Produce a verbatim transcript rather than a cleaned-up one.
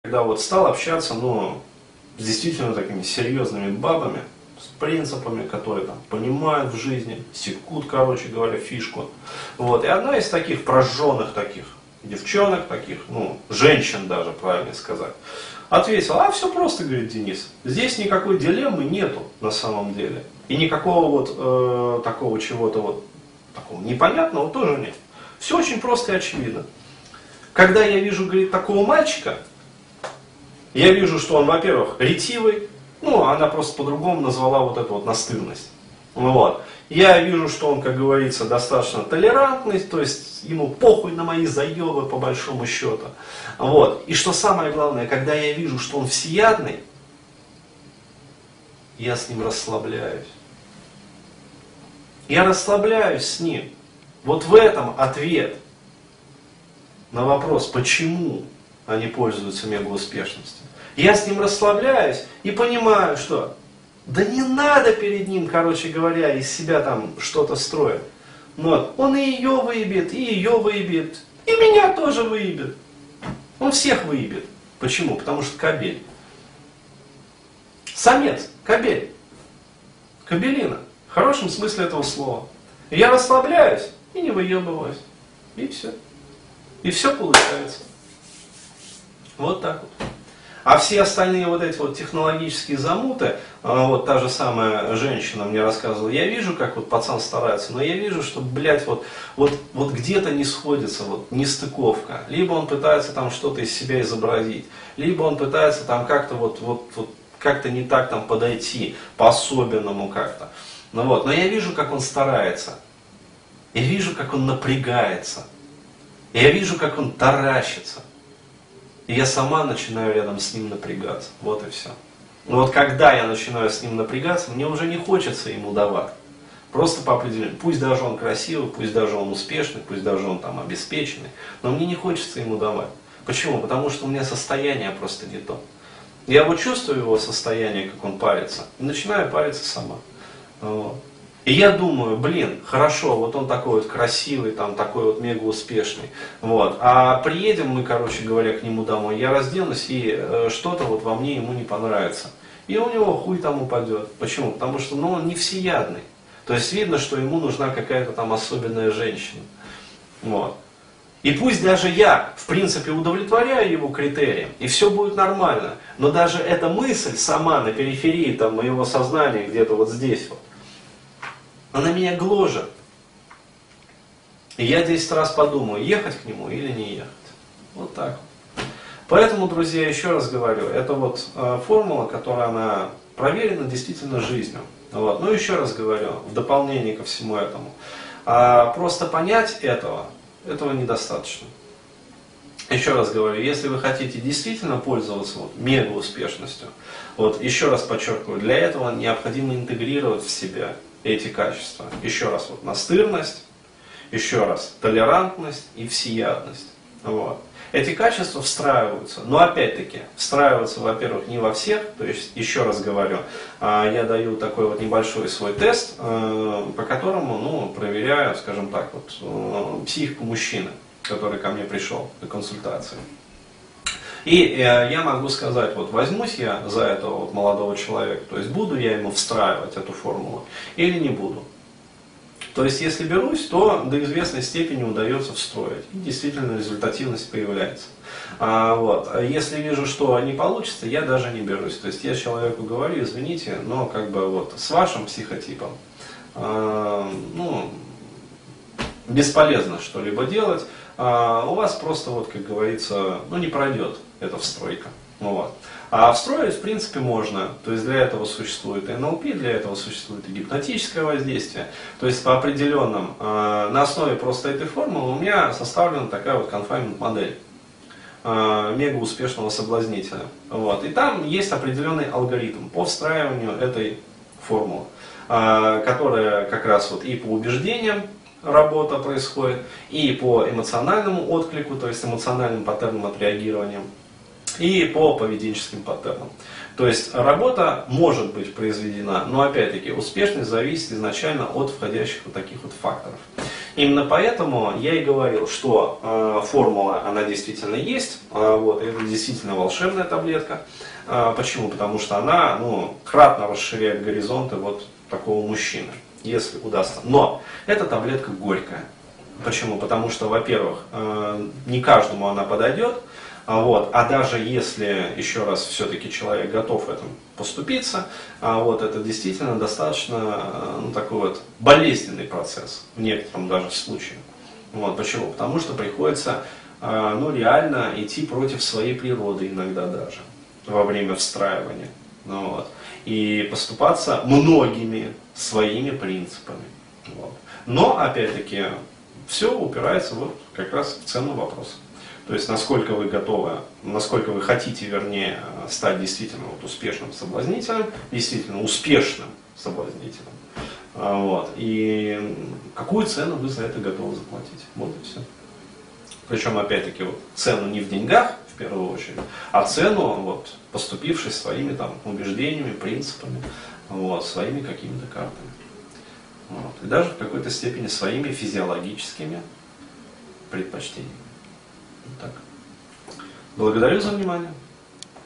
Когда вот стал общаться, ну, с действительно такими серьезными бабами, с принципами, которые там понимают в жизни, секут, короче говоря, фишку. Вот. И одна из таких прожженных таких девчонок, таких, ну, женщин даже, правильно сказать, ответила: а все просто, говорит Денис, здесь никакой дилеммы нету на самом деле. И никакого вот э, такого чего-то вот, такого непонятного тоже нет. Все очень просто и очевидно. Когда я вижу, говорит, такого мальчика, я вижу, что он, во-первых, ретивый, ну, она просто по-другому назвала вот эту вот настырность. Вот. Я вижу, что он, как говорится, достаточно толерантный, то есть ему похуй на мои заебы, по большому счету. Вот. И что самое главное, когда я вижу, что он всеядный, я с ним расслабляюсь. Я расслабляюсь с ним. Вот в этом ответ на вопрос, почему они пользуются мегауспешностью. Я с ним расслабляюсь и понимаю, что да не надо перед ним, короче говоря, из себя там что-то строить. Вот. Он и ее выебет, и ее выебет, и меня тоже выебет. Он всех выебет. Почему? Потому что кобель. Самец, кобель. Кобелина. В хорошем смысле этого слова. И я расслабляюсь и не выебываюсь. И все. И все получается. Вот так вот. А все остальные вот эти вот технологические замуты, вот та же самая женщина мне рассказывала, я вижу, как вот пацан старается, но я вижу, что, блядь, вот, вот, вот где-то не сходится, вот нестыковка. Либо он пытается там что-то из себя изобразить, либо он пытается там как-то вот, вот, вот как-то не так там подойти, по-особенному как-то. Ну вот, но я вижу, как он старается. Я вижу, как он напрягается. Я вижу, как он таращится. И я сама начинаю рядом с ним напрягаться. Вот и все. Но вот когда я начинаю с ним напрягаться, мне уже не хочется ему давать. Просто по определению. Пусть даже он красивый, пусть даже он успешный, пусть даже он там обеспеченный. Но мне не хочется ему давать. Почему? Потому что у меня состояние просто не то. Я вот чувствую его состояние, как он парится, и начинаю париться сама. Вот. И я думаю, блин, хорошо, вот он такой вот красивый, там такой вот мега успешный. Вот. А приедем мы, короче говоря, к нему домой, я разденусь, и э, что-то вот во мне ему не понравится. И у него хуй там упадет. Почему? Потому что ну, он не всеядный. То есть видно, что ему нужна какая-то там особенная женщина. Вот. И пусть даже я, в принципе, удовлетворяю его критериям, и все будет нормально, но даже эта мысль сама на периферии там, моего сознания, где-то вот здесь вот, она меня гложет. И я десять раз подумаю, ехать к нему или не ехать. Вот так вот. Поэтому, друзья, еще раз говорю, это вот э, формула, которая она проверена действительно жизнью. Вот. Но еще раз говорю, в дополнение ко всему этому, э, просто понять этого, этого недостаточно. Еще раз говорю, если вы хотите действительно пользоваться вот, мега успешностью, вот, еще раз подчеркиваю, для этого необходимо интегрировать в себя эти качества. Еще раз, вот, настырность, еще раз, толерантность и всеядность. Вот. Эти качества встраиваются, но опять-таки, встраиваются, во-первых, не во всех, то есть, еще раз говорю, я даю такой вот небольшой свой тест, по которому, ну, проверяю, скажем так, вот, психику мужчины, который ко мне пришел на консультацию. И э, я могу сказать, вот возьмусь я за этого вот молодого человека, то есть буду я ему встраивать эту формулу или не буду. То есть если берусь, то до известной степени удается встроить. И действительно результативность появляется. А, вот. А если вижу, что не получится, я даже не берусь. То есть я человеку говорю, извините, но как бы вот с вашим психотипом а, ну, бесполезно что-либо делать. А, у вас просто, вот, как говорится, ну, не пройдет эта встройка. Вот. А встроить, в принципе, можно. То есть для этого существует эн эл пи, для этого существует и гипнотическое воздействие. То есть по определенным, э, на основе просто этой формулы у меня составлена такая вот confinement модель э, мега успешного соблазнителя. Вот. И там есть определенный алгоритм по встраиванию этой формулы, э, которая как раз вот и по убеждениям работа происходит, и по эмоциональному отклику, то есть эмоциональным паттернам отреагирования, и по поведенческим паттернам. То есть работа может быть произведена, но опять-таки успешность зависит изначально от входящих вот таких вот факторов. Именно поэтому я и говорил, что э, формула, она действительно есть, э, вот, это действительно волшебная таблетка. Э, почему? Потому что она, ну, кратно расширяет горизонты вот такого мужчины, если удастся. Но эта таблетка горькая. Почему? Потому что, во-первых, э, не каждому она подойдет. Вот. А даже если, еще раз, все-таки человек готов этим поступиться, вот, это действительно достаточно, ну, такой вот болезненный процесс в некотором даже случае. Вот. Почему? Потому что приходится, ну, реально идти против своей природы иногда даже во время встраивания. Ну, вот. И поступаться многими своими принципами. Вот. Но, опять-таки, все упирается вот как раз в цену вопроса. То есть, насколько вы готовы, насколько вы хотите, вернее, стать действительно вот успешным соблазнителем, действительно успешным соблазнителем. Вот. И какую цену вы за это готовы заплатить. Вот и все. Причем, опять-таки, вот, цену не в деньгах, в первую очередь, а цену, вот, поступившись своими там, убеждениями, принципами, вот, своими какими-то картами. Вот. И даже в какой-то степени своими физиологическими предпочтениями. Так. Благодарю за внимание.